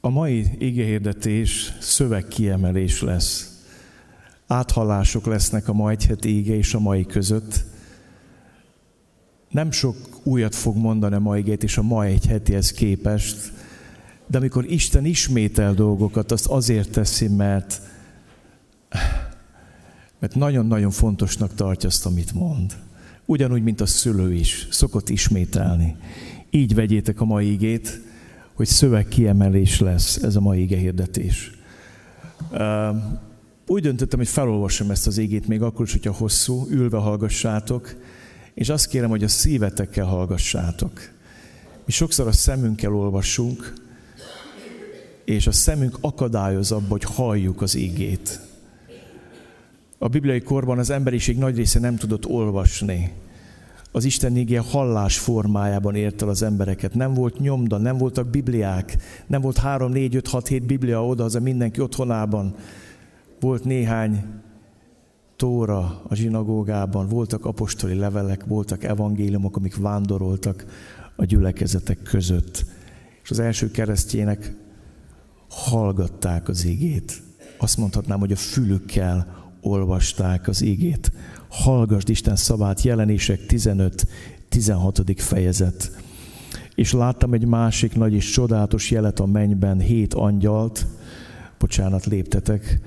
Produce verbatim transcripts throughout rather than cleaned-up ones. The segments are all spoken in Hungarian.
A mai igehirdetés szövegkiemelés lesz. Áthallások lesznek a ma egy heti íge és a mai között. Nem sok újat fog mondani a mai igét és a ma egy hetihez képest, de amikor Isten ismétel dolgokat, azt azért teszi, mert, mert nagyon-nagyon fontosnak tartja azt, amit mond. Ugyanúgy, mint a szülő is szokott ismételni. Így vegyétek a mai igét, hogy szövegkiemelés lesz ez a mai igehirdetés. Úgy döntöttem, hogy felolvasom ezt az igét, még akkor is, hogyha hosszú, ülve hallgassátok, és azt kérem, hogy a szívetekkel hallgassátok. Mi sokszor a szemünkkel olvassunk, és a szemünk akadályoz abba, hogy halljuk az igét. A bibliai korban az emberiség nagy része nem tudott olvasni. Az Isten igéje hallás formájában ért el az embereket. Nem volt nyomda, nem voltak bibliák, nem volt három, négy, öt, hat, hét biblia odahaza mindenki otthonában. Volt néhány tóra a zsinagógában, voltak apostoli levelek, voltak evangéliumok, amik vándoroltak a gyülekezetek között. És az első keresztjének hallgatták az igét. Azt mondhatnám, hogy a fülükkel olvasták az igét. Hallgasd Isten szavát, Jelenések tizenöt tizenhatodik fejezet. És láttam egy másik nagy és csodálatos jelet a mennyben, hét angyalt, bocsánat, léptetek,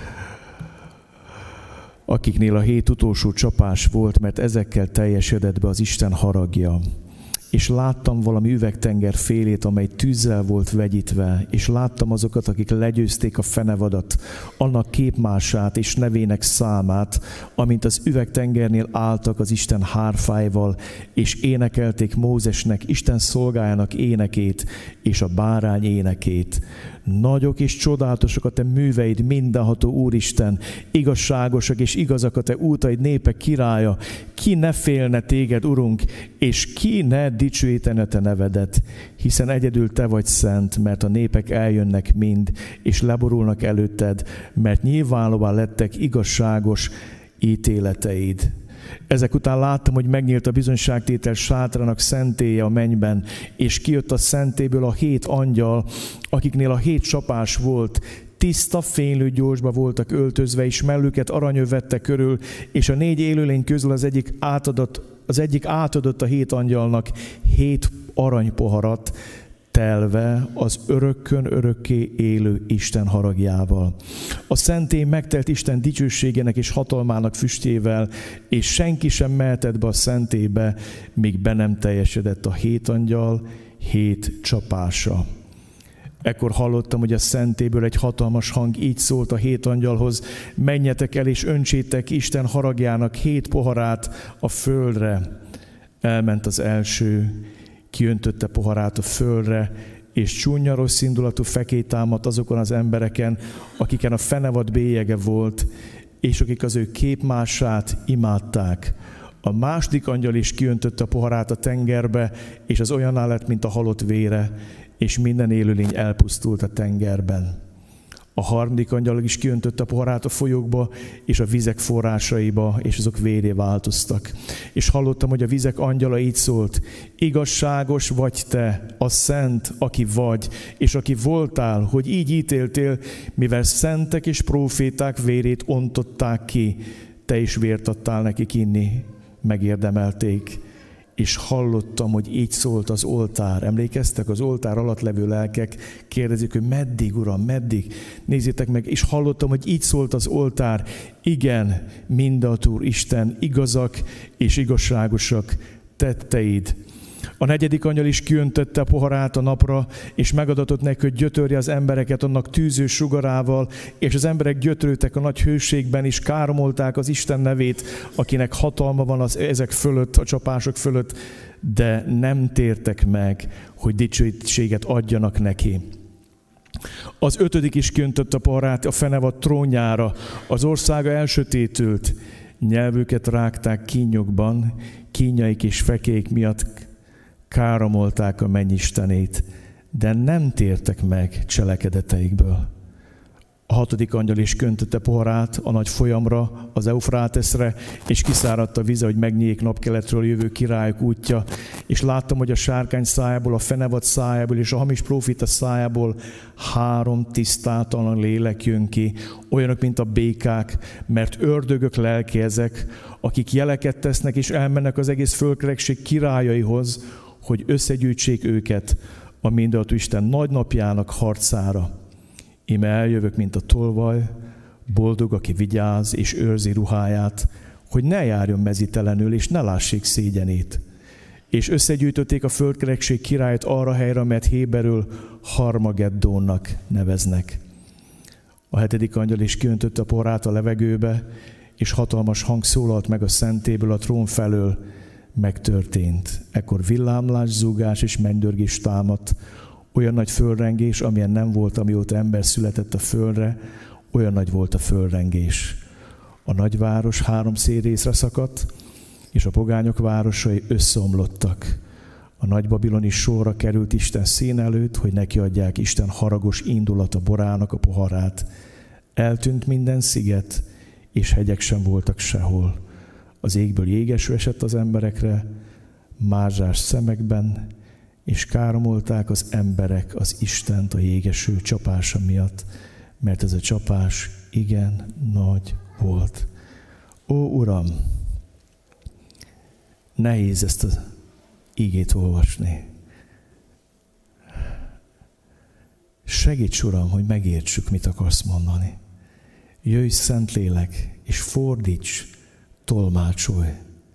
akiknél a hét utolsó csapás volt, mert ezekkel teljesedett be az Isten haragja. És láttam valami üvegtenger félét, amely tűzzel volt vegyítve, és láttam azokat, akik legyőzték a fenevadat, annak képmását és nevének számát, amint az üvegtengernél álltak az Isten hárfájval, és énekelték Mózesnek, Isten szolgájának énekét, és a bárány énekét. Nagyok és csodálatosak a te műveid, mindenható Úristen, igazságosak és igazak a te útaid, népek királya. Ki ne félne téged, Urunk, és ki ne dicsőítene a te nevedet, hiszen egyedül te vagy szent, mert a népek eljönnek mind, és leborulnak előtted, mert nyilvánvalóvá lettek igazságos ítéleteid. Ezek után láttam, hogy megnyílt a bizonyságtétel sátrának szentélye a mennyben, és kijött a szentélyből a hét angyal, akiknél a hét csapás volt. Tiszta, fénylő gyorsba voltak öltözve, és mellüket aranyöv vette körül, és a négy élőlény közül az egyik átadott, az egyik átadott a hét angyalnak hét aranypoharat, telve az örökkön örökké élő Isten haragjával. A szentély megtelt Isten dicsőségének és hatalmának füstjével, és senki sem mehetett be a szentélybe, míg be nem teljesedett a hét angyal hét csapása. Ekkor hallottam, hogy a szentélyből egy hatalmas hang így szólt a hét angyalhoz: menjetek el és öntsétek Isten haragjának hét poharát a földre. Elment az első, kiöntötte poharát a földre, és csúnya rossz indulatú fekély támadt azokon az embereken, akiken a fenevad bélyege volt, és akik az ő képmását imádták. A második angyal is kiöntötte a poharát a tengerbe, és az olyanná lett, mint a halott vére, és minden élőlény elpusztult a tengerben. A harmadik angyal is kiöntötte a poharát a folyókba, és a vizek forrásaiba, és azok véré változtak. És hallottam, hogy a vizek angyala így szólt: igazságos vagy te, a szent, aki vagy, és aki voltál, hogy így ítéltél, mivel szentek és próféták vérét ontották ki, te is vért adtál nekik inni, megérdemelték. És hallottam, hogy így szólt az oltár. Emlékeztek, az oltár alatt levő lelkek kérdezik, hogy meddig, Uram, meddig? Nézzétek meg, és hallottam, hogy így szólt az oltár: igen, mindenható Úr Isten, igazak és igazságosak tetteid. A negyedik angyal is kiöntötte a poharát a napra, és megadatott neki, hogy gyötörje az embereket annak tűző sugarával, és az emberek gyötrődtek a nagy hőségben, és káromolták az Isten nevét, akinek hatalma van az ezek fölött, a csapások fölött, de nem tértek meg, hogy dicsőséget adjanak neki. Az ötödik is kiöntötte a poharát a fenevad trónjára, az országa elsötétült, nyelvüket rágták kínjokban, kínjaik és fekék miatt káromolták a mennyistenét, de nem tértek meg cselekedeteikből. A hatodik angyal is köntötte poharát a nagy folyamra, az Eufráteszre, és kiszáradt a vize, hogy megnyíljék napkeletről jövő királyok útja. És láttam, hogy a sárkány szájából, a fenevad szájából és a hamis prófita szájából három tisztátalan lélek jön ki, olyanok, mint a békák, mert ördögök lelki ezek, akik jeleket tesznek és elmennek az egész földkerekség királyaihoz, hogy összegyűjtsék őket a Mindenható Isten nagy napjának harcára. Íme eljövök, mint a tolvaj, boldog, aki vigyáz és őrzi ruháját, hogy ne járjon mezitelenül, és ne lássék szégyenét. És összegyűjtötték a földkerekség királyt arra helyre, amelyet Héberül Harmageddónnak neveznek. A hetedik angyal is kiöntötte a poharát a levegőbe, és hatalmas hang szólalt meg a szentéből, a trón felől, megtörtént. Ekkor villámlás, zúgás és mennydörgés támadt, olyan nagy földrengés, amilyen nem volt, amióta ember született a földre, olyan nagy volt a földrengés. A nagyváros három szélrészre szakadt, és a pogányok városai összeomlottak. A nagy Babilon is sorra került Isten szín előtt, hogy neki adják Isten haragos indulata borának a poharát. Eltűnt minden sziget, és hegyek sem voltak sehol. Az égből jégeső esett az emberekre, mázsás szemekben, és káromolták az emberek az Istent a jégeső csapása miatt, mert ez a csapás igen nagy volt. Ó, Uram, nehéz ezt az ígét olvasni. Segíts, Uram, hogy megértsük, mit akarsz mondani. Jöjj, Szentlélek, és fordíts, tolmácsolj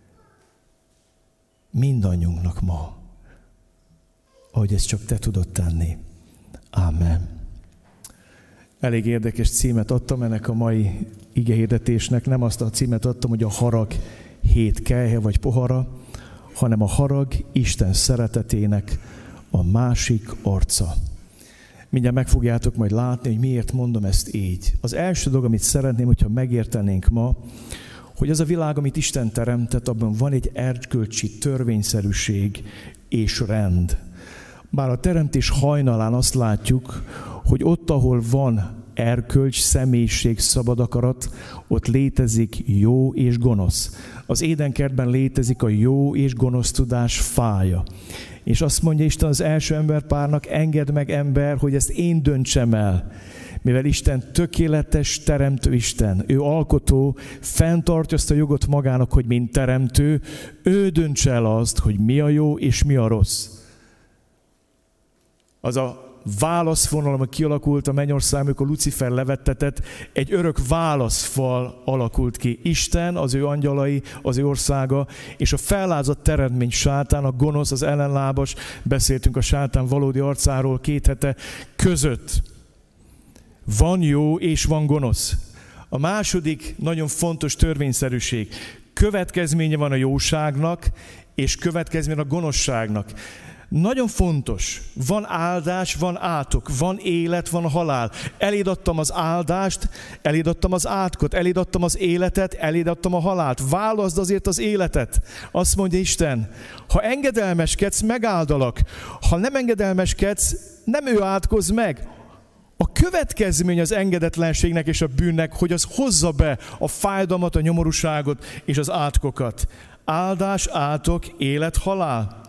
mindannyiunknak ma, ahogy ezt csak te tudod tenni. Ámen. Elég érdekes címet adtam ennek a mai igehirdetésnek. Nem azt a címet adtam, hogy a harag hét kelyhe vagy pohara, hanem a harag Isten szeretetének a másik arca. Mindjárt meg fogjátok majd látni, hogy miért mondom ezt így. Az első dolog, amit szeretném, hogyha megértenénk ma, hogy az a világ, amit Isten teremtett, abban van egy erkölcsi törvényszerűség és rend. Bár a teremtés hajnalán azt látjuk, hogy ott, ahol van erkölcs, személyiség, szabad akarat, ott létezik jó és gonosz. Az édenkertben létezik a jó és gonosz tudás fája. És azt mondja Isten az első emberpárnak, engedd meg, ember, hogy ezt én döntsem el. Mivel Isten tökéletes teremtő Isten, ő alkotó, fenntartja azt a jogot magának, hogy mint teremtő, ő döntse el azt, hogy mi a jó és mi a rossz. Az a válaszvonal, ami kialakult a mennyország, amikor Lucifer levettetett, egy örök válaszfal alakult ki. Isten, az ő angyalai, az ő országa, és a fellázadt teremtmény sátán, a gonosz, az ellenlábas, beszéltünk a sátán valódi arcáról két hete, között. Van jó és van gonosz. A második nagyon fontos törvényszerűség. Következménye van a jóságnak, és következménye a gonoszságnak. Nagyon fontos. Van áldás, van átok, van élet, van halál. Eléd adtam az áldást, eléd adtam az átkot, eléd adtam az életet, eléd adtam a halált. Válaszd azért az életet. Azt mondja Isten, ha engedelmeskedsz, megáldalak. Ha nem engedelmeskedsz, nem ő átkoz meg. A következmény az engedetlenségnek és a bűnnek, hogy az hozza be a fájdalmat, a nyomorúságot és az átkokat. Áldás, átok, élet, halál.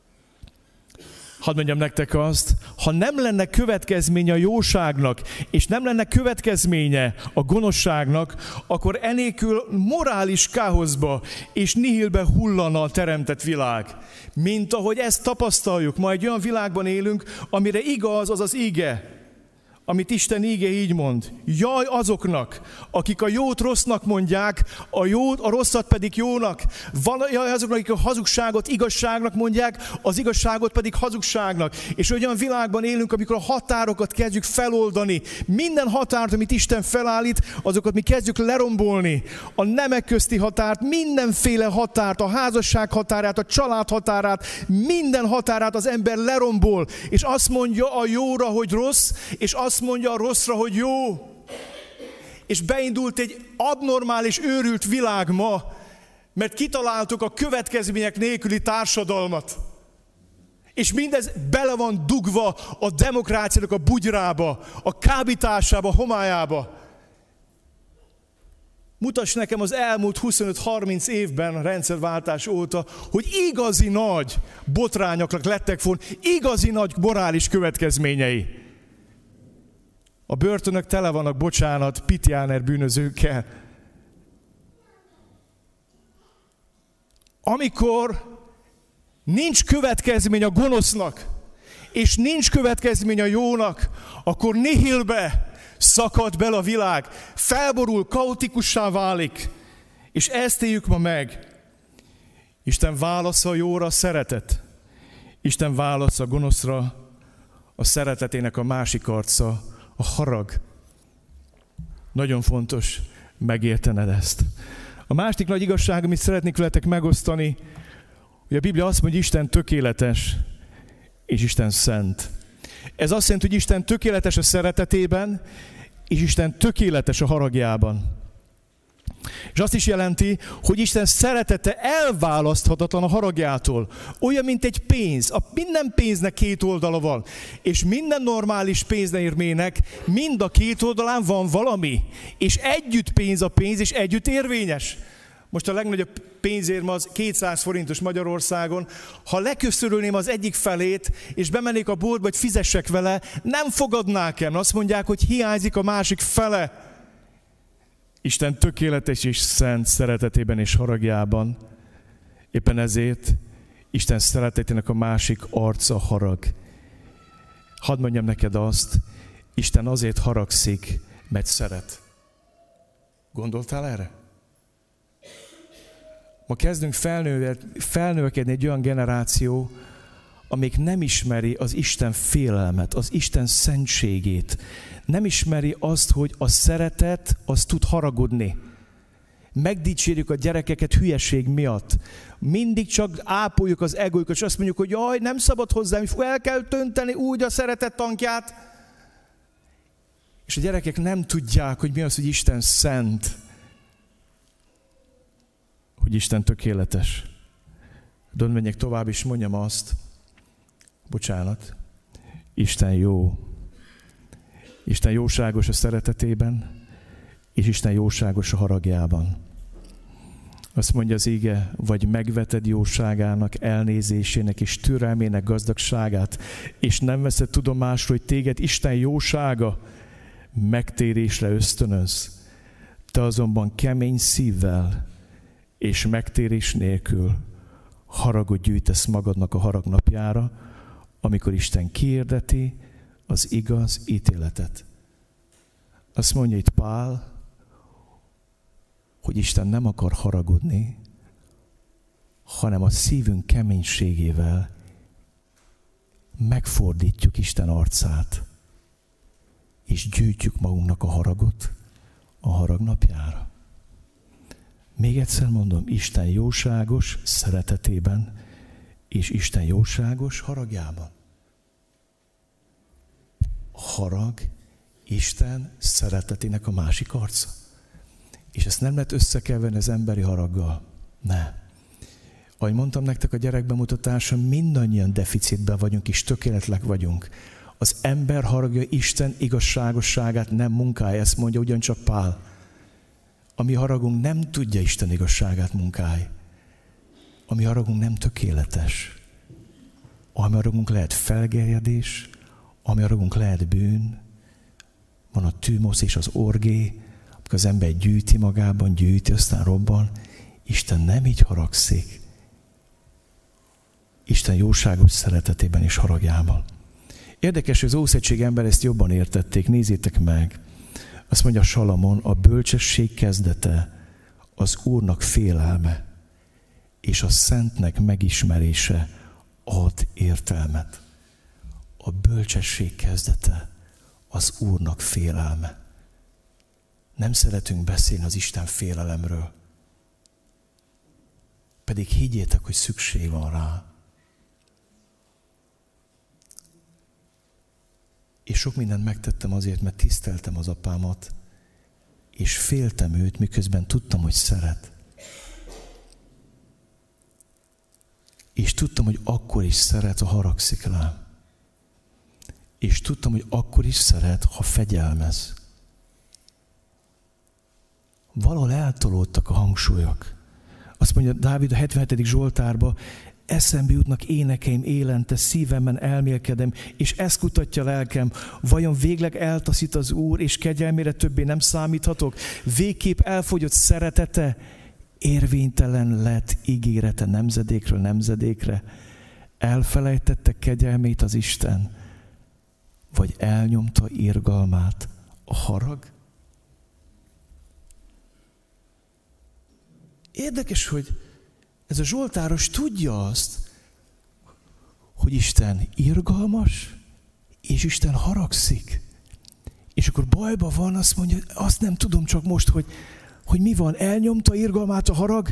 Hadd mondjam nektek azt, ha nem lenne következménye a jóságnak, és nem lenne következménye a gonoszságnak, akkor enélkül morális káoszba és nihilbe hullana a teremtett világ. Mint ahogy ezt tapasztaljuk, ma egy olyan világban élünk, amire igaz az az ige, amit Isten íge így mond. Jaj azoknak, akik a jót rossznak mondják, a jót, a rosszat pedig jónak. Van, jaj azoknak, akik a hazugságot igazságnak mondják, az igazságot pedig hazugságnak. És olyan világban élünk, amikor a határokat kezdjük feloldani. Minden határt, amit Isten felállít, azokat mi kezdjük lerombolni. A nemek közti határt, mindenféle határt, a házasság határát, a család határát, minden határát az ember lerombol. És azt mondja a jóra, hogy rossz, és azt Azt mondja a rosszra, hogy jó. És beindult egy abnormális, őrült világ ma, mert kitaláltuk a következmények nélküli társadalmat. És mindez bele van dugva a demokráciának a bugyrába, a kábításába, a homályába. Mutass nekem az elmúlt huszonöt-harminc évben a rendszerváltás óta, hogy igazi nagy botrányoknak lettek volna, igazi nagy morális következményei. A börtönök tele vannak, bocsánat, pitjáner bűnözőkkel. Amikor nincs következmény a gonosznak, és nincs következmény a jónak, akkor nihilbe szakad bele a világ, felborul, kaotikussá válik, és ezt éljük ma meg. Isten válasza a jóra a szeretet. Isten válasza a gonoszra a szeretetének a másik arca, a harag. Nagyon fontos megértened ezt. A másik nagy igazság, amit szeretnék veletek megosztani, hogy a Biblia azt mondja, hogy Isten tökéletes, és Isten szent. Ez azt jelenti, hogy Isten tökéletes a szeretetében, és Isten tökéletes a haragjában. És azt is jelenti, hogy Isten szeretete elválaszthatatlan a haragjától. Olyan, mint egy pénz. A minden pénznek két oldala van. És minden normális pénzérmének mind a két oldalán van valami. És együtt pénz a pénz, és együtt érvényes. Most a legnagyobb pénzérme az kétszáz forintos Magyarországon. Ha leköszörülném az egyik felét, és bemennék a boltba, hogy fizessek vele, nem fogadnák el. Azt mondják, hogy hiányzik a másik fele. Isten tökéletes és szent szeretetében és haragjában. Éppen ezért Isten szeretetének a másik arca harag. Hadd mondjam neked azt, Isten azért haragszik, mert szeret. Gondoltál erre? Ma kezdünk felnövekedni egy olyan generáció, amelyik nem ismeri az Isten félelmet, az Isten szentségét. Nem ismeri azt, hogy a szeretet, az tud haragudni. Megdicsérjük a gyerekeket hülyeség miatt. Mindig csak ápoljuk az egójukat, és azt mondjuk, hogy jaj, nem szabad hozzám, el kell tönteni úgy a szeretet tankját. És a gyerekek nem tudják, hogy mi az, hogy Isten szent. Hogy Isten tökéletes. De menjek tovább, és mondjam azt, bocsánat, Isten jó. Isten jóságos a szeretetében, és Isten jóságos a haragjában. Azt mondja az íge, vagy megveted jóságának, elnézésének és türelmének gazdagságát, és nem veszed tudomásra, hogy téged Isten jósága megtérésre ösztönöz. Te azonban kemény szívvel és megtérés nélkül haragot gyűjtesz magadnak a harag napjára, amikor Isten kihirdeti az igaz ítéletet. Azt mondja itt Pál, hogy Isten nem akar haragudni, hanem a szívünk keménységével megfordítjuk Isten arcát, és gyűjtjük magunknak a haragot a harag napjára. Még egyszer mondom, Isten jóságos szeretetében, és Isten jóságos haragjában. Harag Isten szeretetének a másik arca. És ezt nem lehet összekeverni az emberi haraggal. Ne. Ahogy mondtam nektek a gyerekbemutatáson, mindannyian deficitben vagyunk, és tökéletlek vagyunk. Az ember haragja Isten igazságosságát nem munkálja, ezt mondja ugyancsak Pál. A mi haragunk nem tudja Isten igazságát munkálni. A mi haragunk nem tökéletes. A mi haragunk lehet felgerjedés, a mi haragunk lehet bűn. Van a tűmosz és az orgé, amikor az ember gyűjti magában, gyűjti, aztán robban. Isten nem így haragszik. Isten jóságos szeretetében és haragjában. Érdekes, hogy az Ószövetség ember ezt jobban értették, nézzétek meg. Azt mondja Salamon, a bölcsesség kezdete az Úrnak félelme, és a Szentnek megismerése ad értelmet. A bölcsesség kezdete az Úrnak félelme. Nem szeretünk beszélni az Isten félelemről. Pedig higgyétek, hogy szükség van rá. És sok mindent megtettem azért, mert tiszteltem az apámat, és féltem őt, miközben tudtam, hogy szeret. És És tudtam, hogy akkor is szeret, ha haragszik rám. És tudtam, hogy akkor is szeret, ha fegyelmez. Valahol eltolódtak a hangsúlyok. Azt mondja Dávid a hetvenhetedik Zsoltárban, eszembe jutnak énekeim élente, szívemben elmélkedem, és ezt kutatja lelkem, vajon végleg eltaszít az Úr, és kegyelmére többé nem számíthatok? Végképp elfogyott szeretete, érvénytelen lett ígérete nemzedékről nemzedékre. Elfelejtette kegyelmét az Isten, vagy elnyomta irgalmát a harag? Érdekes, hogy ez a zsoltáros tudja azt, hogy Isten irgalmas, és Isten haragszik. És akkor bajba van, azt mondja, azt nem tudom csak most, hogy, hogy mi van, elnyomta irgalmát a harag?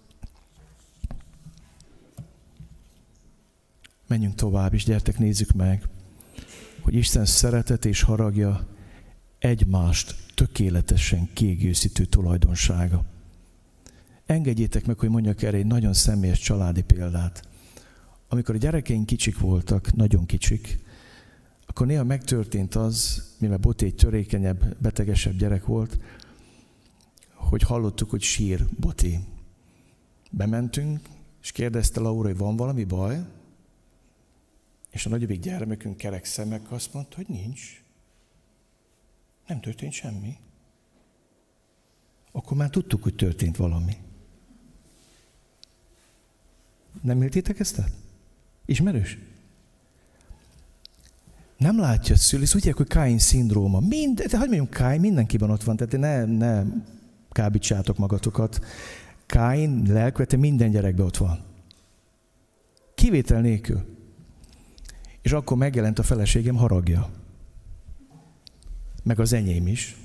Menjünk tovább, és gyertek, nézzük meg, hogy Isten szeretet és haragja egymást tökéletesen kiegészítő tulajdonsága. Engedjétek meg, hogy mondjak erre egy nagyon személyes családi példát. Amikor a gyerekeink kicsik voltak, nagyon kicsik, akkor néha megtörtént az, mivel Boti egy törékenyebb, betegesebb gyerek volt, hogy hallottuk, hogy sír Boti. Bementünk, és kérdezte Laura, hogy van valami baj, és a nagyobbik gyermekünk kerek szemek azt mondta, hogy nincs. Nem történt semmi. Akkor már tudtuk, hogy történt valami. Nem éltétek ezt át? Ismerős? Nem látja a szülő, ez úgy hívják, hogy Káin szindróma. Mind, de hogy mondjam, Káin mindenkiben ott van, tehát ne, ne kábítsátok magatokat. Káin lelkülete minden gyerekben ott van. Kivétel nélkül. És akkor megjelent a feleségem haragja. Meg az enyém is.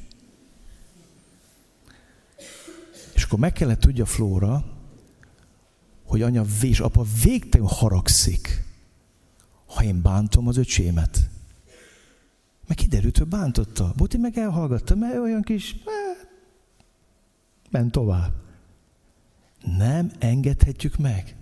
És akkor meg kellett tudja Flóra, hogy anya és apa végtelenül haragszik, ha én bántom az öcsémet. Meg kiderült, hogy bántotta. Boti meg elhallgatta, mert olyan kis... ment tovább. Nem engedhetjük meg.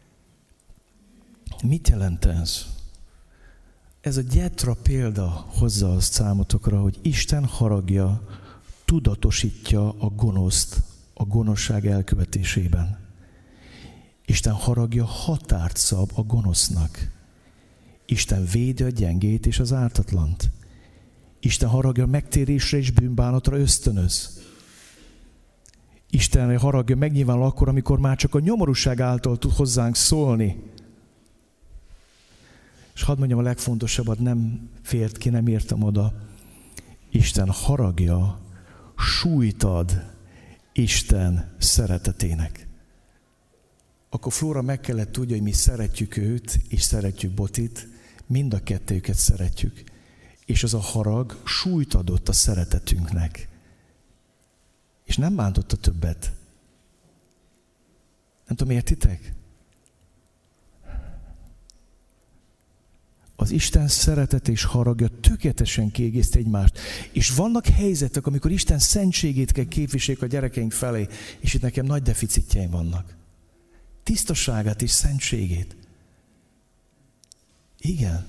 Mit jelent ez? Ez a Gyetra példa hozza azt számotokra, hogy Isten haragja tudatosítja a gonoszt a gonoszság elkövetésében. Isten haragja határt szab a gonosznak. Isten védi a gyengét és az ártatlant. Isten haragja megtérésre és bűnbánatra ösztönöz. Isten haragja megnyilvánul akkor, amikor már csak a nyomorúság által tud hozzánk szólni. És hadd mondjam, a legfontosabbat nem fért ki, nem értem oda. Isten haragja súlyt ad Isten szeretetének. Akkor Flóra meg kellett tudja, hogy mi szeretjük őt, és szeretjük Botit, mind a kettőjüket szeretjük. És az a harag súlyt adott a szeretetünknek. És nem bántotta többet. Nem tudom, értitek? Az Isten szeretet és haragja tökéletesen kiegészt egymást. És vannak helyzetek, amikor Isten szentségét kell képviseljük a gyerekeink felé, és itt nekem nagy deficitjeim vannak. Tisztaságát és szentségét. Igen.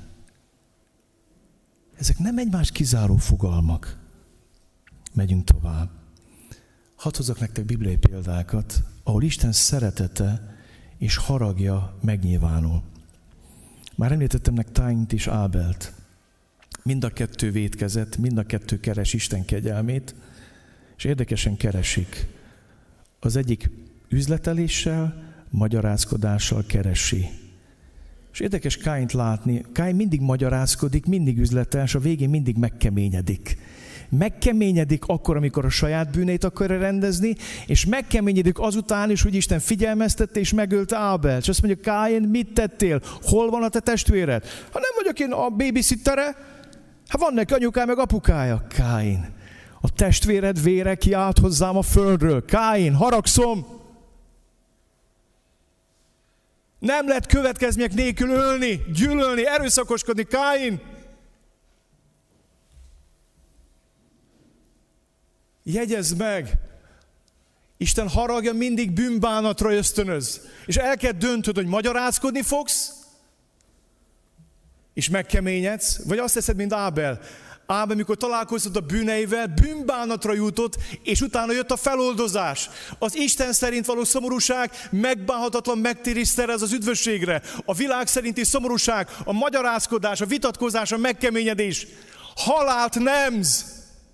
Ezek nem egymás kizáró fogalmak. Megyünk tovább. Hadd hozzak nektek bibliai példákat, ahol Isten szeretete és haragja megnyilvánul. Már említettem nek Káint és Ábelt. Mind a kettő vétkezett, mind a kettő keres Isten kegyelmét, és érdekesen keresik. Az egyik üzleteléssel, magyarázkodással keresi. És érdekes Káint látni, Káin mindig magyarázkodik, mindig üzletel, és a végén mindig megkeményedik. Megkeményedik akkor, amikor a saját bűnét akarja rendezni, és megkeményedik azután is, hogy Isten figyelmeztette és megölte Ábelt. És azt mondja, Káin, mit tettél? Hol van a te testvéred? Ha nem vagyok én a babysittere, hát van neki anyukája meg apukája. Káin, a testvéred vére kiállt hozzám a földről. Káin, haragszom! Nem lehet következmények nélkül ölni, gyűlölni, erőszakoskodni. Káin! Jegyezd meg! Isten haragja mindig bűnbánatra ösztönöz. És el kell döntöd, hogy magyarázkodni fogsz, és megkeményedsz, vagy azt teszed, mint Ábel. Ábel, mikor találkozott a bűneivel, bűnbánatra jutott, és utána jött a feloldozás. Az Isten szerint való szomorúság megbánhatatlan megtérés szerez az üdvösségre. A világ szerinti szomorúság, a magyarázkodás, a vitatkozás, a megkeményedés halált nemz.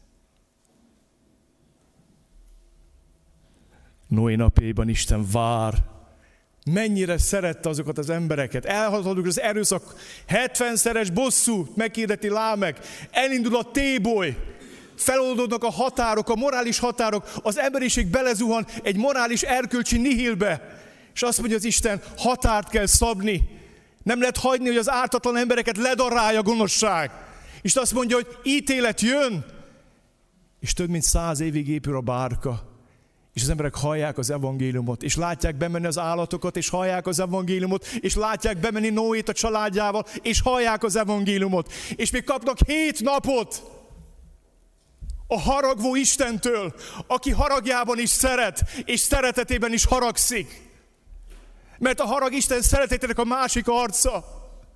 Noé napjaiban Isten vár. Mennyire szerette azokat az embereket. Elhatalmuk az erőszak, hetvenszeres bosszú, meghirdeti Lámek. Elindul a téboly. Feloldódnak a határok, a morális határok. Az emberiség belezuhan egy morális erkölcsi nihilbe. És azt mondja az Isten, határt kell szabni. Nem lehet hagyni, hogy az ártatlan embereket ledarálja a gonoszság. És azt mondja, hogy ítélet jön. És több mint száz évig épül a bárka. És az emberek hallják az evangéliumot, és látják bemenni az állatokat, és hallják az evangéliumot, és látják bemenni Noét a családjával, és hallják az evangéliumot. És még kapnak hét napot a haragvó Istentől, aki haragjában is szeret, és szeretetében is haragszik. Mert a harag Isten szeretetének a másik arca.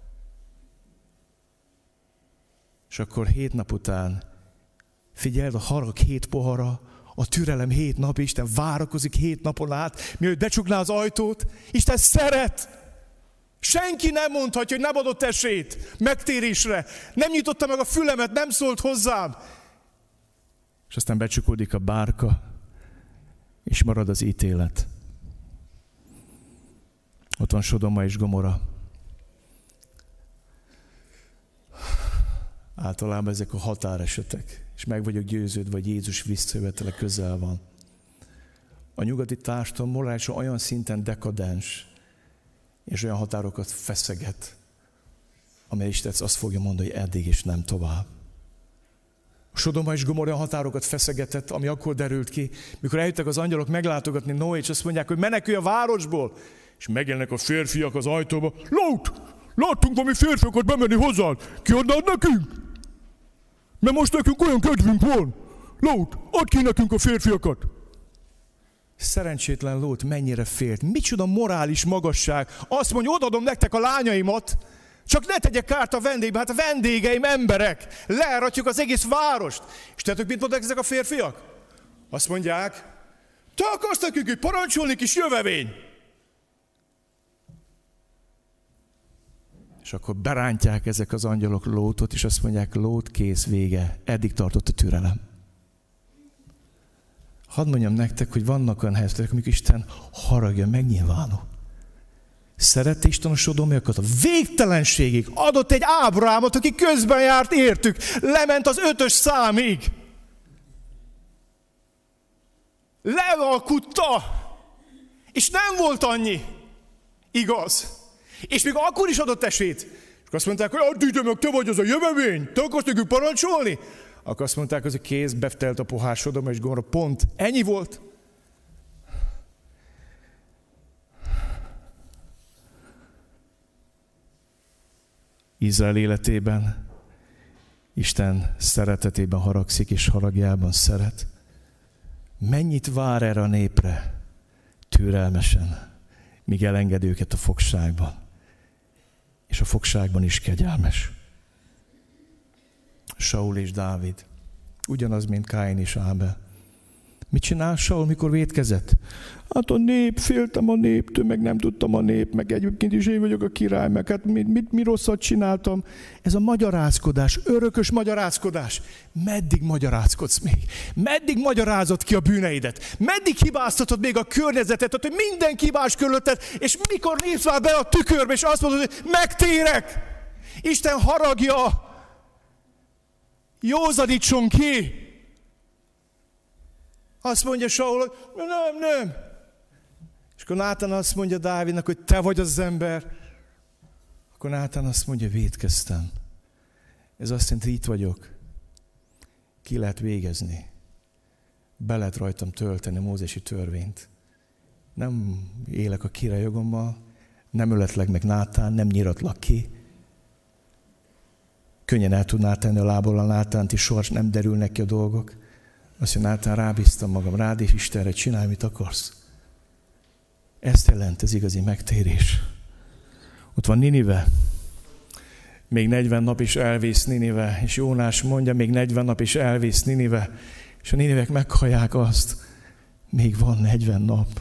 És akkor hét nap után figyeld, a harag hét pohara, a türelem hét nap, Isten várakozik hét napon át, mielőtt becsukná az ajtót. Isten szeret. Senki nem mondhatja, hogy nem adott esélyt megtérésre. Nem nyitotta meg a fülemet, nem szólt hozzám. És aztán becsukódik a bárka, és marad az ítélet. Ott van Sodoma és Gomora. Általában ezek a határesetek. És meg vagyok győződve, hogy Jézus visszajövetele közel van. A nyugati társadalom morálisan olyan szinten dekadens, és olyan határokat feszeget, amely Isten azt fogja mondani, hogy eddig és nem tovább. A Sodoma és Gomorra olyan határokat feszegetett, ami akkor derült ki, mikor eljöttek az angyalok meglátogatni Noét, és azt mondják, hogy menekülj a városból, és megjelennek a férfiak az ajtóba. Lót! Láttunk valami férfiakat bemenni hozzád, kiadnád nekünk? Mert most nekünk olyan kedvünk van. Lót, add ki nekünk a férfiakat. Szerencsétlen Lót mennyire félt. Micsoda morális magasság. Azt mondja, odaadom nektek a lányaimat, csak ne tegyek kárt a vendégbe. Hát a vendégeim emberek. Leáratjuk az egész várost. És tudjátok, mit mondják ezek a férfiak? Azt mondják, te akarsz nekünk így parancsolni, kis jövevény. És akkor berántják ezek az angyalok Lótot, és azt mondják, Lót, kész, vége. Eddig tartott a türelem. Hadd mondjam nektek, hogy vannak olyan helyzetek, amikor Isten haragja megnyilvánul. Szerette Isten a sodomiakat a végtelenségig. Adott egy Ábrahámot, aki közben járt értük. Lement az ötös számig. Lealkutta. És nem volt annyi. Igaz. És még akkor is adott esélyt. És azt mondták, hogy addig meg te vagy az a jövevény, te akarsz nekünk parancsolni? Akkor azt mondták, hogy kész, betelt a pohár Sodoma és Gomorra, pont. Ennyi volt. Izrael életében Isten szeretetében haragszik, és haragjában szeret. Mennyit vár erre a népre? Türelmesen, míg elenged őket a fogságban. És a fogságban is kegyelmes. Saul és Dávid. Ugyanaz, mint Káin és Ábel. Mit csinál Saul, mikor vétkezett? Hát a nép, féltem a néptől, meg nem tudtam a nép, meg egyébként is én vagyok a király, meg hát mit, mit, mi rosszat csináltam. Ez a magyarázkodás, örökös magyarázkodás. Meddig magyarázkodsz még? Meddig magyarázod ki a bűneidet? Meddig hibáztatod még a környezetet, hogy mindenki hibás körülötted, és mikor nézsz már be a tükörbe, és azt mondod, hogy megtérek? Isten haragja, józanítson ki. Azt mondja Saul, hogy nem, nem. És akkor Nátán azt mondja Dávidnak, hogy te vagy az ember. Akkor Nátán azt mondja, vétkeztem. Ez azt jelenti, itt vagyok. Ki lehet végezni. Be lehet rajtam tölteni a mózesi törvényt. Nem élek a király jogommal, nem öletlek meg Nátán, nem nyiratlak ki. Könnyen el tudná tenni a lából a Nátánt, és soha nem derülnek ki a dolgok. Azt mondja, Nátán, rábíztam magam rád, és Istenre, csinálj, mit akarsz. Ezt jelent az igazi megtérés. Ott van Ninive. Még negyven nap is elvész Ninive. És Jónás mondja, még negyven nap is elvész Ninive. És a Ninivek meghallják azt, még van negyven nap.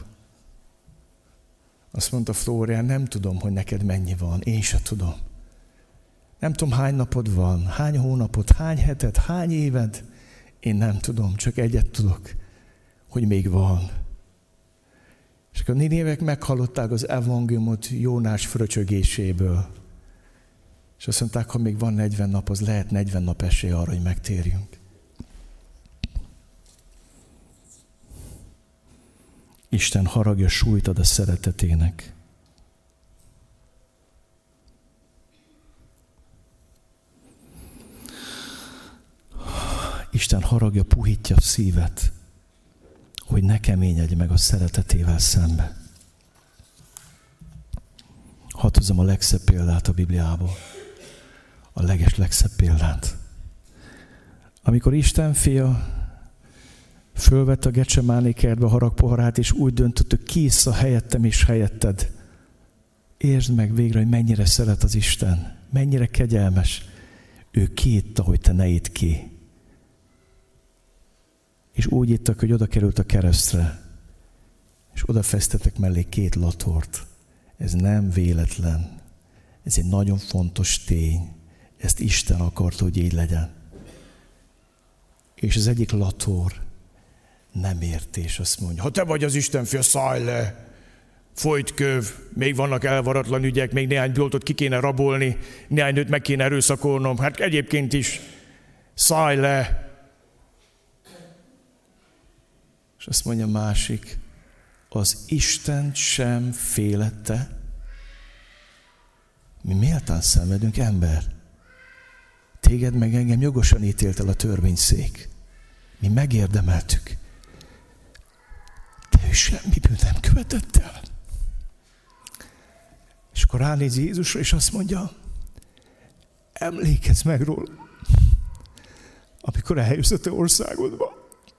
Azt mondta Flórián, nem tudom, hogy neked mennyi van. Én se tudom. Nem tudom, hány napod van, hány hónapod, hány heted, hány éved. Én nem tudom, csak egyet tudok, hogy még van. És akkor a Ninivek meghallották az evangéliumot Jónás fröcsögéséből. És azt mondták, ha még van negyven nap, az lehet negyven nap esély arra, hogy megtérjünk. Isten haragja súlyt ad a szeretetének. Isten haragja puhítja a szívet, hogy ne keményedj meg a szeretetével szembe. Hadd hozzam a legszebb példát a Bibliából. A leges legszebb példát. Amikor Isten fia fölvette a Gecsemáné kertbe a haragpoharát, és úgy döntött, hogy kiissza helyettem és helyetted. Értsd meg végre, hogy mennyire szeret az Isten, mennyire kegyelmes. Ő kiitta, hogy te ne idd ki. És úgy ittak, hogy oda került a keresztre, és oda fesztetek mellé két latort. Ez nem véletlen. Ez egy nagyon fontos tény. Ezt Isten akarta, hogy így legyen. És az egyik lator nem értés, azt mondja, ha te vagy az Isten fia, szállj le, folyt köv, még vannak elvaratlan ügyek, még néhány boltot ki kéne rabolni, néhány nőt meg kéne erőszakolnom, hát egyébként is szállj le. És azt mondja másik, az Isten sem félette. Mi méltán szenvedünk, ember. Téged meg engem jogosan ítélt el a törvényszék. Mi megérdemeltük. De ő semmi bűn nem követett el. És akkor ránéz Jézusra, és azt mondja, emlékezz meg róla, amikor eljössz a te országodba.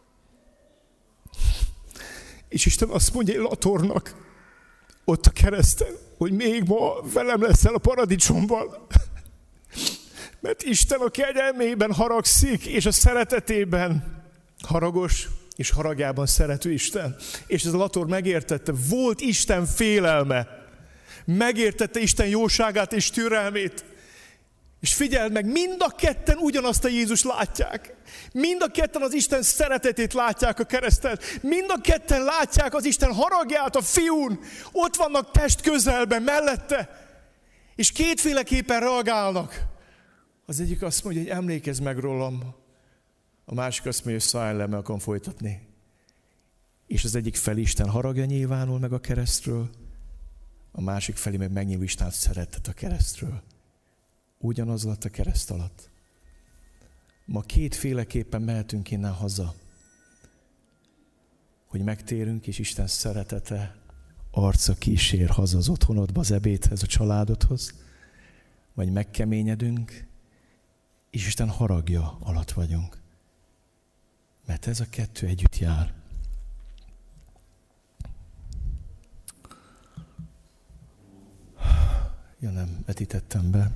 És Isten azt mondja egy latornak, ott a kereszten, hogy még ma velem leszel a paradicsomban. Mert Isten a kegyelmében haragszik, és a szeretetében haragos, és haragjában szerető Isten. És ez a lator megértette, volt Isten félelme. Megértette Isten jóságát és türelmét. És figyeld meg, mind a ketten ugyanazt a Jézus látják. Mind a ketten az Isten szeretetét látják a kereszten. Mind a ketten látják az Isten haragját a fiún. Ott vannak test közelben, mellette. És kétféleképpen reagálnak. Az egyik azt mondja, hogy emlékezz meg rólam. A másik azt mondja, hogy szállj le, meg akarom folytatni. És az egyik felé Isten haragja nyilvánul meg a keresztről. A másik felé meg megnyilvul Isten szeretet a keresztről. Ugyanaz lett a kereszt alatt. Ma kétféleképpen mehetünk innen haza. Hogy megtérünk, és Isten szeretete arca kísér haza az otthonodba, az ebédhez, a családodhoz. Vagy megkeményedünk, és Isten haragja alatt vagyunk. Mert ez a kettő együtt jár. Ja, nem vetítettem be.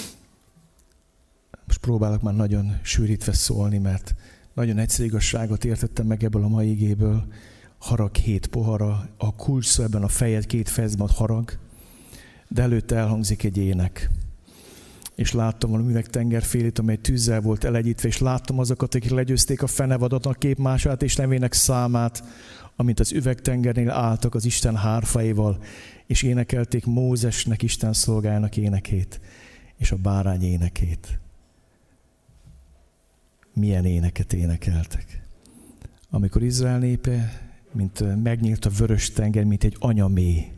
Most próbálok már nagyon sűrítve szólni, mert nagyon egyszerű igazságot értettem meg ebből a mai igéből. Harag hét pohara, a kulcs szó ebben a fejed két fejezben harag, de előtte elhangzik egy ének. És láttam valami üvegtengerfélét, amely tűzzel volt elegyítve, és láttam azokat, akik legyőzték a fenevadat, a képmását és nevének számát, amint az üvegtengernél álltak az Isten hárfaival, és énekelték Mózesnek, Isten szolgájának énekét, és a bárány énekét. Milyen éneket énekeltek? Amikor Izrael népe, mint megnyílt a vörös tenger, mint egy anyaméh.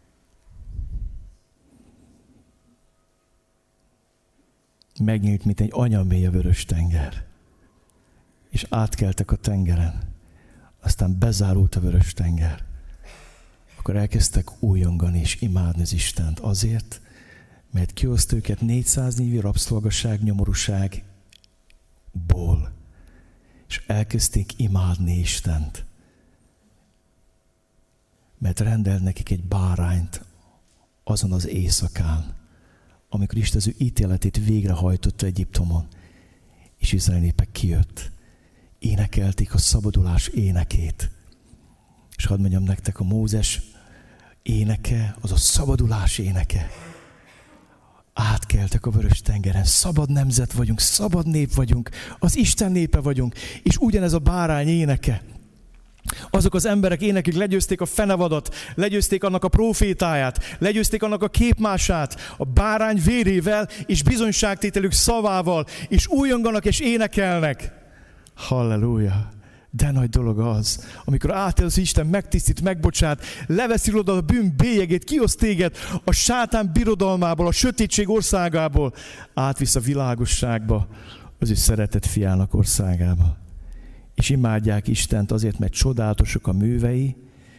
Megnyílt, mint egy anyaméh a vörös tenger. És átkeltek a tengeren. Aztán bezárult a vörös tenger. Akkor elkezdtek újongani és imádni az Istent azért, mert kihozta őket négyszáz évi rabszolgaság, nyomorúságból. és elkezdték imádni Istent. Mert rendelt nekik egy bárányt azon az éjszakán, amikor Isten az ő ítéletét végrehajtotta Egyiptomon, és Izrael népe kijött. Énekelték a szabadulás énekét. És hadd mondjam nektek, a Mózes éneke, az a szabadulás éneke. Átkeltek a Vörös-tengeren, szabad nemzet vagyunk, szabad nép vagyunk, az Isten népe vagyunk, és ugyanez a bárány éneke. Azok az emberek énekik, legyőzték a fenevadat, legyőzték annak a prófétáját, legyőzték annak a képmását, a bárány vérével és bizonyságtételük szavával, és újonganak és énekelnek. Halleluja! De nagy dolog az, amikor átél az Isten, megtisztít, megbocsát, leveszi oda a bűn bélyegét, kihoz téged a sátán birodalmából, a sötétség országából, átvisz a világosságba, az ő szeretett fiának országába. És imádják Istent azért, mert csodálatosok a művei,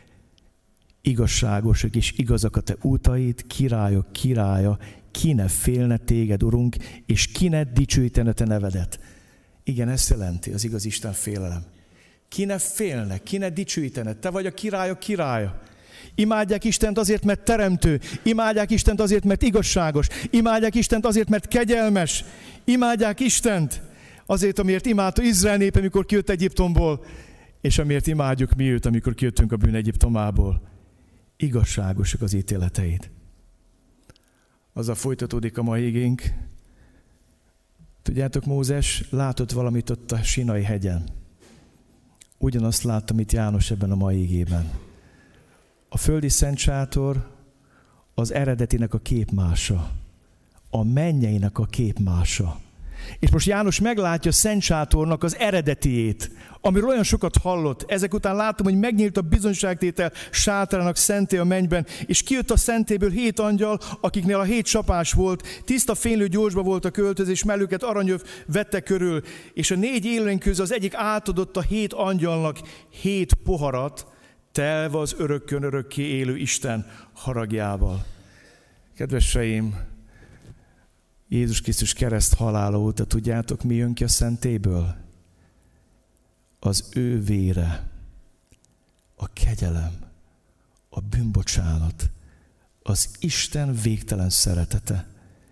igazságosak és igazak a te útaid, királyok királya, ki ne félne téged, Urunk, és ki ne dicsőítene te nevedet. Igen, ezt jelenti az igaz Isten félelem. Ki ne félne, ki ne dicsőítene, te vagy a királyok királya. Imádják Istent azért, mert teremtő, imádják Istent azért, mert igazságos, imádják Istent azért, mert kegyelmes, imádják Istent azért, amiért imádta Izrael népe, amikor kijött Egyiptomból, és amiért imádjuk mi őt, amikor kijöttünk a bűn Egyiptomából. Igazságosak az ítéleteid. Azzal folytatódik a mai igénk. Tudjátok, Mózes látott valamit ott a Sinai hegyen. Ugyanazt látta, mint János ebben a mai igében. A földi szentsátor az eredetinek a képmása, a mennyeinek a képmása. És most János meglátja a szentsátornak az eredetiét, amiről olyan sokat hallott. Ezek után látom, hogy megnyílt a bizonyságtétel sátárának szenté a mennyben, és kijött a szentéből hét angyal, akiknél a hét csapás volt, tiszta fénylő gyorsba volt a költözés, mellőket aranyöv vette körül, és a négy élőlény közül az egyik átadott a hét angyalnak hét poharat, telve az örökkön örökké élő Isten haragjával. Kedveseim, Jézus Krisztus kereszt halála óta tudjátok, mi jön ki a szentéből? Az ő vére, a kegyelem, a bűnbocsánat, az Isten végtelen szeretete.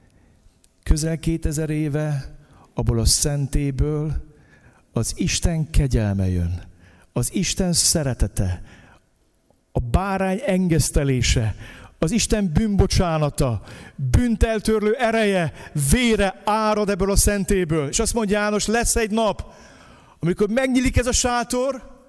Közel kétezer éve abból a szentéből az Isten kegyelme jön, az Isten szeretete, a bárány engesztelése, az Isten bűnbocsánata, bűnteltörlő ereje, vére árad ebből a szentéből. És azt mondja János, lesz egy nap, amikor megnyílik ez a sátor,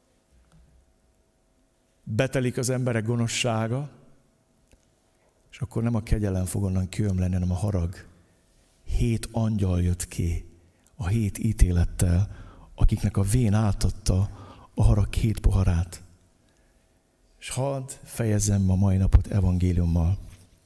betelik az emberek gonoszsága, és akkor nem a kegyelem fog onnan kiömleni, hanem a harag. Hét angyal jött ki a hét ítélettel, akiknek a vén átadta a harag hét poharát. És hadd fejezzem a mai napot evangéliummal.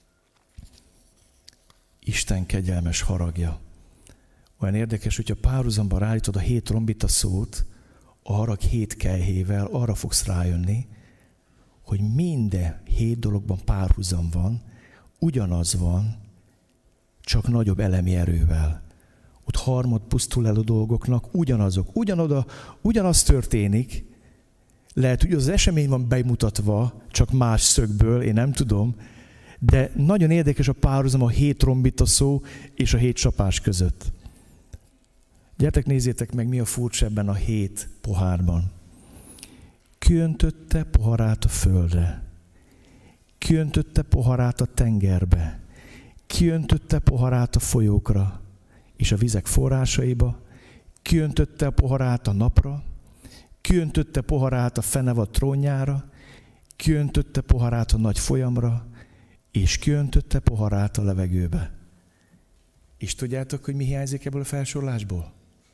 Isten kegyelmes haragja. Olyan érdekes, hogyha párhuzamban ráállítod a hét trombita szót, a harag hét kelyhével, arra fogsz rájönni, hogy minden hét dologban párhuzam van, ugyanaz van, csak nagyobb elemi erővel. Ott harmad pusztul el a dolgoknak, ugyanazok, ugyanoda, ugyanaz történik. Lehet, hogy az esemény van bemutatva, csak más szögből, én nem tudom, de nagyon érdekes a párhuzam a hét trombita szó és a hét csapás között. Gyertek, nézzétek meg, mi a furcsa ebben a hét pohárban. Kiöntötte poharát a földre, kiöntötte poharát a tengerbe, kiöntötte poharát a folyókra és a vizek forrásaiba, kiöntötte a poharát a napra, kiöntötte poharát a fenevad trónjára, kiöntötte poharát a nagy folyamra, és kiöntötte poharát a levegőbe. És tudjátok, hogy mi hiányzik ebből a felsorolásból?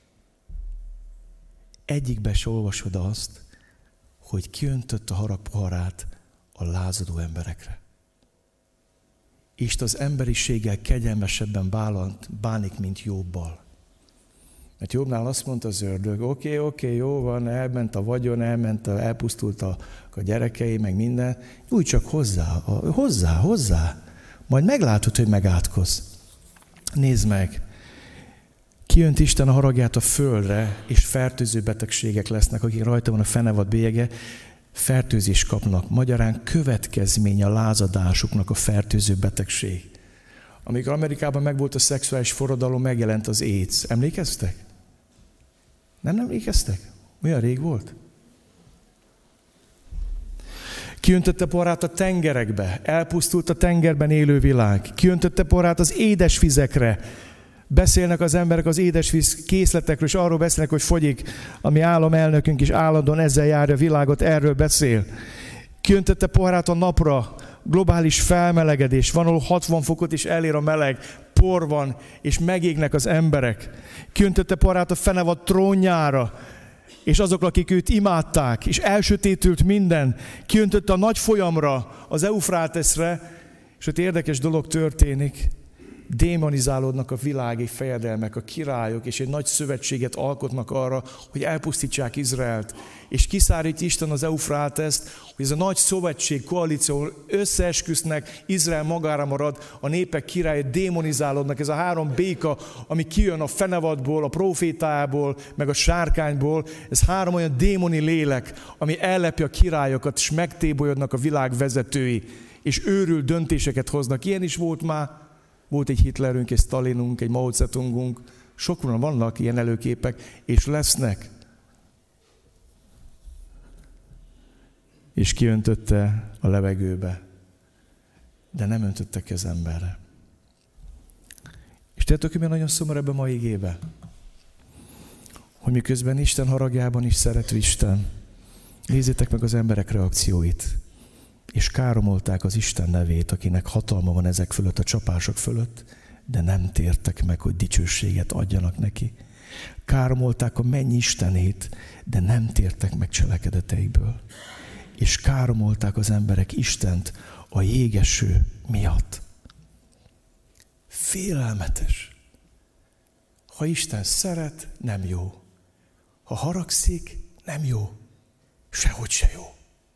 Egyikbe se olvasod azt, hogy kiöntött a harag poharát a lázadó emberekre. Isten az emberiséggel kegyelmesebben bánik, mint Jobbal. Mert Jobbnál azt mondta az ördög, oké, okay, oké, okay, jó van, elment a vagyon, elment, a, elpusztult a, a gyerekei, meg minden. Nyújts csak hozzá, a, hozzá, hozzá. Majd meglátod, hogy megátkoz. Nézd meg. Kijönt Isten a haragját a földre, és fertőző betegségek lesznek, akik rajta van a fenevad bélyege, fertőzést kapnak. Magyarán következmény a lázadásuknak a fertőző betegség. Amikor Amerikában megvolt a szexuális forradalom, megjelent az AIDS. Emlékeztek? Nem emlékeztek? Milyen rég volt? Kiöntötte porrát a tengerekbe, elpusztult a tengerben élő világ. Kiöntötte porrát az édesvizekre. Beszélnek az emberek az édesvíz készletekről, és arról beszélnek, hogy fogyik. A mi államelnökünk is állandóan ezzel járja a világot, erről beszél. Kiöntötte porrát a napra, globális felmelegedés. Van, ahol hatvan fokot is elér a meleg, por van, és megégnek az emberek. Kiöntötte porrát a fenevad trónjára, és azok, akik őt imádták, és elsötétült minden. Kiöntötte a nagy folyamra, az Eufráteszre, és ott érdekes dolog történik. Démonizálódnak a világi fejedelmek, a királyok, és egy nagy szövetséget alkotnak arra, hogy elpusztítsák Izraelt. És kiszárítja Isten az Eufráteszt, hogy ez a nagy szövetség, koalíció összeesküsznek, Izrael magára marad, a népek királya démonizálódnak. Ez a három béka, ami kijön a fenevadból, a profétából, meg a sárkányból, ez három olyan démoni lélek, ami ellepi a királyokat, és megtébolyodnak a világ vezetői, és őrült döntéseket hoznak. Ilyen is volt már. Volt egy Hitlerünk, egy Stalinunk, egy Mao Zedongunk. Sokran vannak ilyen előképek, és lesznek. És kiöntötte a levegőbe, de nem öntötte ki az emberre. És tudjátok, hogy mi nagyon szomorú ebben a mai igébe? Hogy miközben Isten haragjában is szerető Isten, nézzétek meg az emberek reakcióit. És káromolták az Isten nevét, akinek hatalma van ezek fölött, a csapások fölött, de nem tértek meg, hogy dicsőséget adjanak neki. Káromolták a mennyi Istenét, de nem tértek meg cselekedeteikből. És káromolták az emberek Istent a jégeső miatt. Félelmetes. Ha Isten szeret, nem jó. Ha haragszik, nem jó. Sehogy se jó.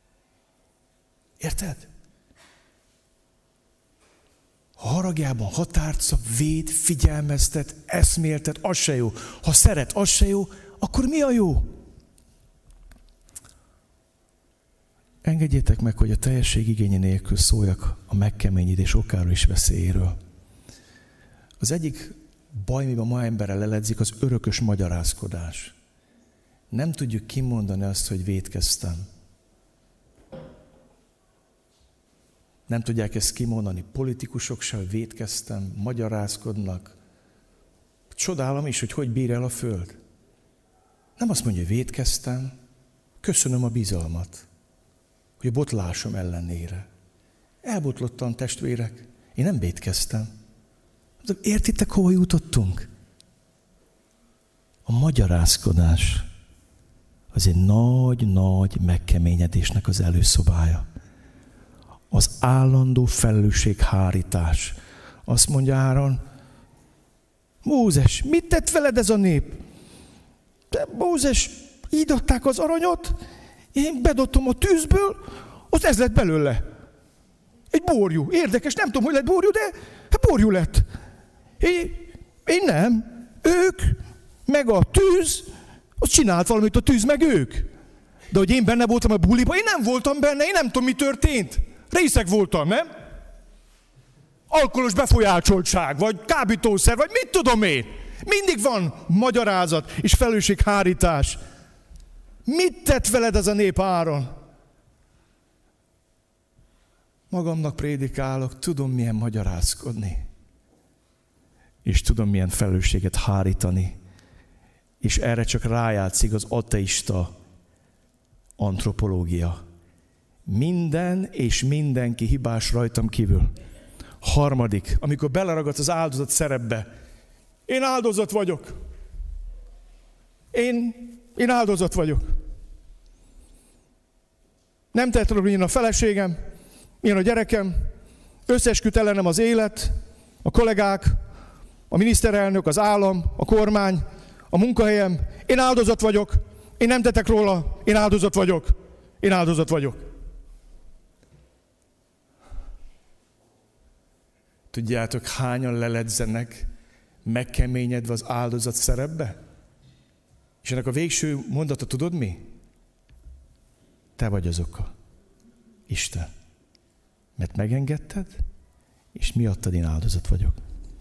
Érted? Ha haragjában határt szab, véd, figyelmeztet, eszméltet, az se jó. Ha szeret, az se jó, akkor mi a jó? Engedjétek meg, hogy a teljesség igénye nélkül szóljak a megkeményedés okáról és veszélyéről. Az egyik baj, miben ma emberre leledzik, az örökös magyarázkodás. Nem tudjuk kimondani azt, hogy vétkeztem. Nem tudják ezt kimondani politikusok se, hogy vétkeztem, magyarázkodnak. Csodálom is, hogy hogy bír el a föld. Nem azt mondja, hogy vétkeztem, köszönöm a bizalmat, hogy a botlásom ellenére. Elbotlottam, testvérek, én nem vétkeztem. Értitek, hova jutottunk? A magyarázkodás az egy nagy-nagy megkeményedésnek az előszobája. Az állandó felelősséghárítás. Azt mondja Áron, Mózes, mit tett veled ez a nép? De Mózes, így adták az aranyat, én bedobtam a tűzből, az ez lett belőle. Egy borjú. Érdekes, nem tudom, hogy lett borjú, de hát borjú lett. Én, én nem. Ők, meg a tűz, az csinált valamit a tűz, meg ők. De hogy én benne voltam a buliba, én nem voltam benne, én nem tudom, mi történt. Részeg voltam, nem? Alkoholos befolyásoltság, vagy kábítószer, vagy mit tudom én. Mindig van magyarázat és felelősséghárítás. Mit tett veled ez a nép, Áron? Magamnak prédikálok, tudom milyen magyarázkodni. És tudom milyen felelősséget hárítani. És erre csak rájátszik az ateista antropológia. Minden és mindenki hibás rajtam kívül. Harmadik, amikor beleragadt az áldozat szerepbe. Én áldozat vagyok. Én, én áldozat vagyok. Nem tehetem, hogy milyen a feleségem, milyen a gyerekem, összeesküdt ellenem az élet, a kollégák, a miniszterelnök, az állam, a kormány, a munkahelyem. Én áldozat vagyok. Én nem tettek róla. Én áldozat vagyok. Én áldozat vagyok. Tudjátok, hányan leledzenek, megkeményedve az áldozat szerepbe? És ennek a végső mondata tudod mi? Te vagy az oka. Isten. Mert megengedted, és miattad én áldozat vagyok.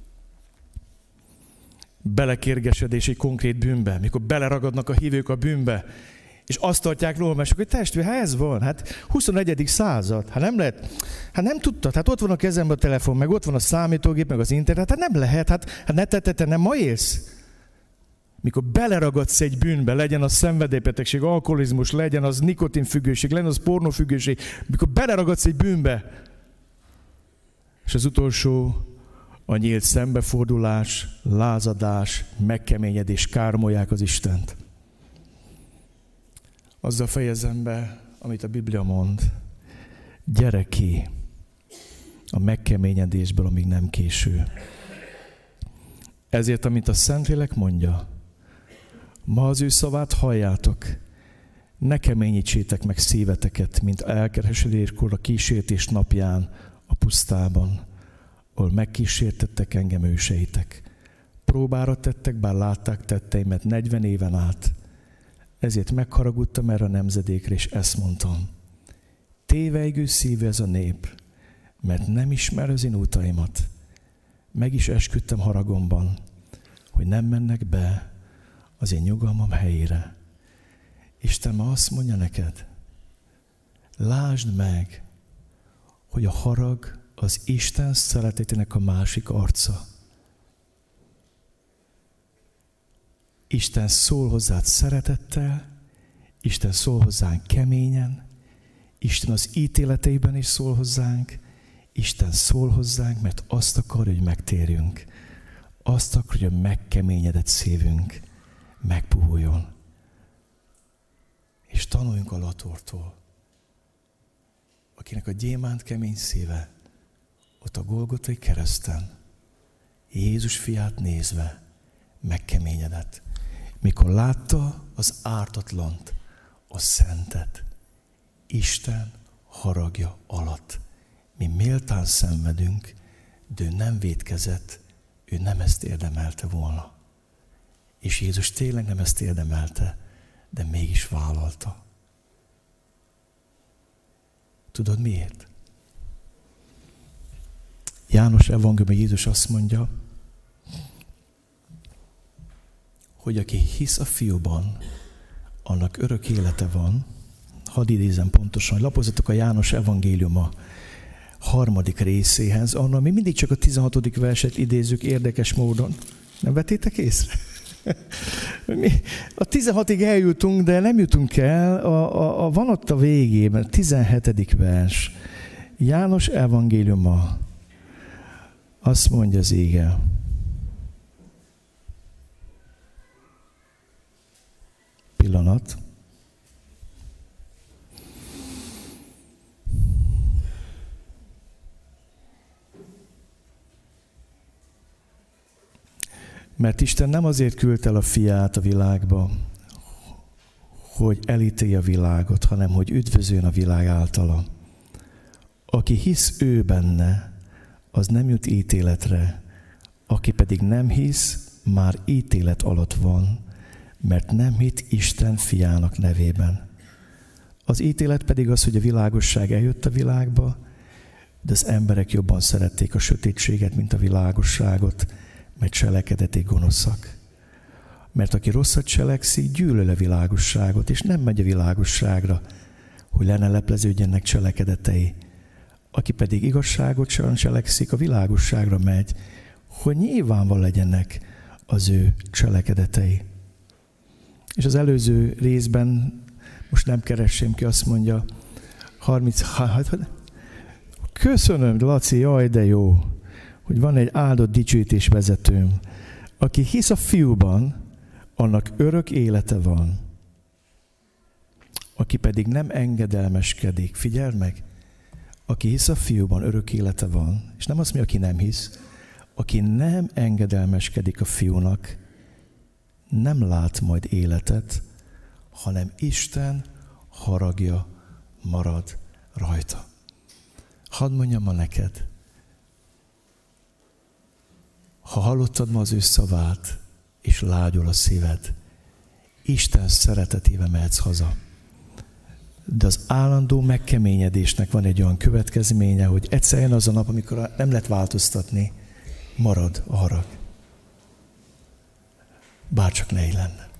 Belekérgesedés egy konkrét bűnbe, mikor beleragadnak a hívők a bűnbe, és azt tartják lólmások, hogy testvér, hát ez van, hát huszonegyedik század, hát nem lehet, hát nem tudtad, hát ott van a kezemben a telefon, meg ott van a számítógép, meg az internet, hát nem lehet, hát, hát ne te, te, te nem ma élsz. Mikor beleragadsz egy bűnbe, legyen az szenvedélybetegség, alkoholizmus, legyen az nikotinfüggőség, legyen az pornófüggőség, mikor beleragadsz egy bűnbe, és az utolsó a nyílt szembefordulás, lázadás, megkeményedés káromolják az Istent. Azzal fejezem be, amit a Biblia mond. Gyere ki a megkeményedésből, amíg nem késő. Ezért, amit a Szentlélek mondja, ma az ő szavát halljátok, ne keményítsétek meg szíveteket, mint elkeresedéskor a kísértés napján a pusztában, ahol megkísértettek engem őseitek. Próbára tettek, bár látták tetteimet negyven éven át. Ezért megharagudtam erre a nemzedékre, és ezt mondtam. Tévejgő szívű ez a nép, mert nem ismer az én útaimat. Meg is esküdtem haragomban, hogy nem mennek be az én nyugalmam helyére. Isten ma azt mondja neked, lásd meg, hogy a harag az Isten szeretetének a másik arca. Isten szól hozzád szeretettel, Isten szól hozzánk keményen, Isten az ítéleteiben is szól hozzánk, Isten szól hozzánk, mert azt akarja, hogy megtérjünk. Azt akarja, hogy megkeményedett szívünk megpuhuljon. És tanuljunk a Latortól, akinek a gyémánt kemény szíve ott a Golgotai kereszten Jézus fiát nézve megkeményedett. Mikor látta az ártatlant, a szentet, Isten haragja alatt. Mi méltán szenvedünk, de ő nem vétkezett, ő nem ezt érdemelte volna. És Jézus tényleg nem ezt érdemelte, de mégis vállalta. Tudod miért? János evangéliumban Jézus azt mondja, hogy aki hisz a fiúban, annak örök élete van. Hadd idézem pontosan, lapozzatok a János evangéliuma harmadik részéhez, annak mi mindig csak a tizenhatodik verset idézzük érdekes módon. Nem vettétek észre? Mi a tizenhatig eljutunk, de nem jutunk el, a, a, a, van ott a végében, a tizenhetedik vers. János evangéliuma azt mondja az ége. Pillanat. Mert Isten nem azért küldte el a fiát a világba, hogy elítélje a világot, hanem hogy üdvözöljön a világ általa. Aki hisz ő benne, az nem jut ítéletre, aki pedig nem hisz, már ítélet alatt van, mert nem hitt Isten fiának nevében. Az ítélet pedig az, hogy a világosság eljött a világba, de az emberek jobban szerették a sötétséget, mint a világosságot, mert cselekedeték gonoszak. Mert aki rosszat cselekszik, gyűlöl a világosságot, és nem megy a világosságra, hogy le ne lepleződjenek cselekedetei. Aki pedig igazságot cselekszik, a világosságra megy, hogy nyilvánvaló legyenek az ő cselekedetei. És az előző részben, most nem keressem ki, azt mondja, harminchárom. Köszönöm, Laci, jaj, de jó, hogy van egy áldott dicsőítés vezetőm. Aki hisz a fiúban, annak örök élete van. Aki pedig nem engedelmeskedik, figyeld meg, aki hisz a fiúban, örök élete van. És nem azt mondja, aki nem hisz. Aki nem engedelmeskedik a fiúnak, nem lát majd életet, hanem Isten haragja marad rajta. Hadd mondjam ma neked, Ha hallottad ma az ő szavát, és lágyul a szíved, Isten szeretetével mehetsz haza. De az állandó megkeményedésnek van egy olyan következménye, hogy egyszer jön az a nap, amikor nem lehet változtatni, marad a harag. Bárcsak ne így lenne.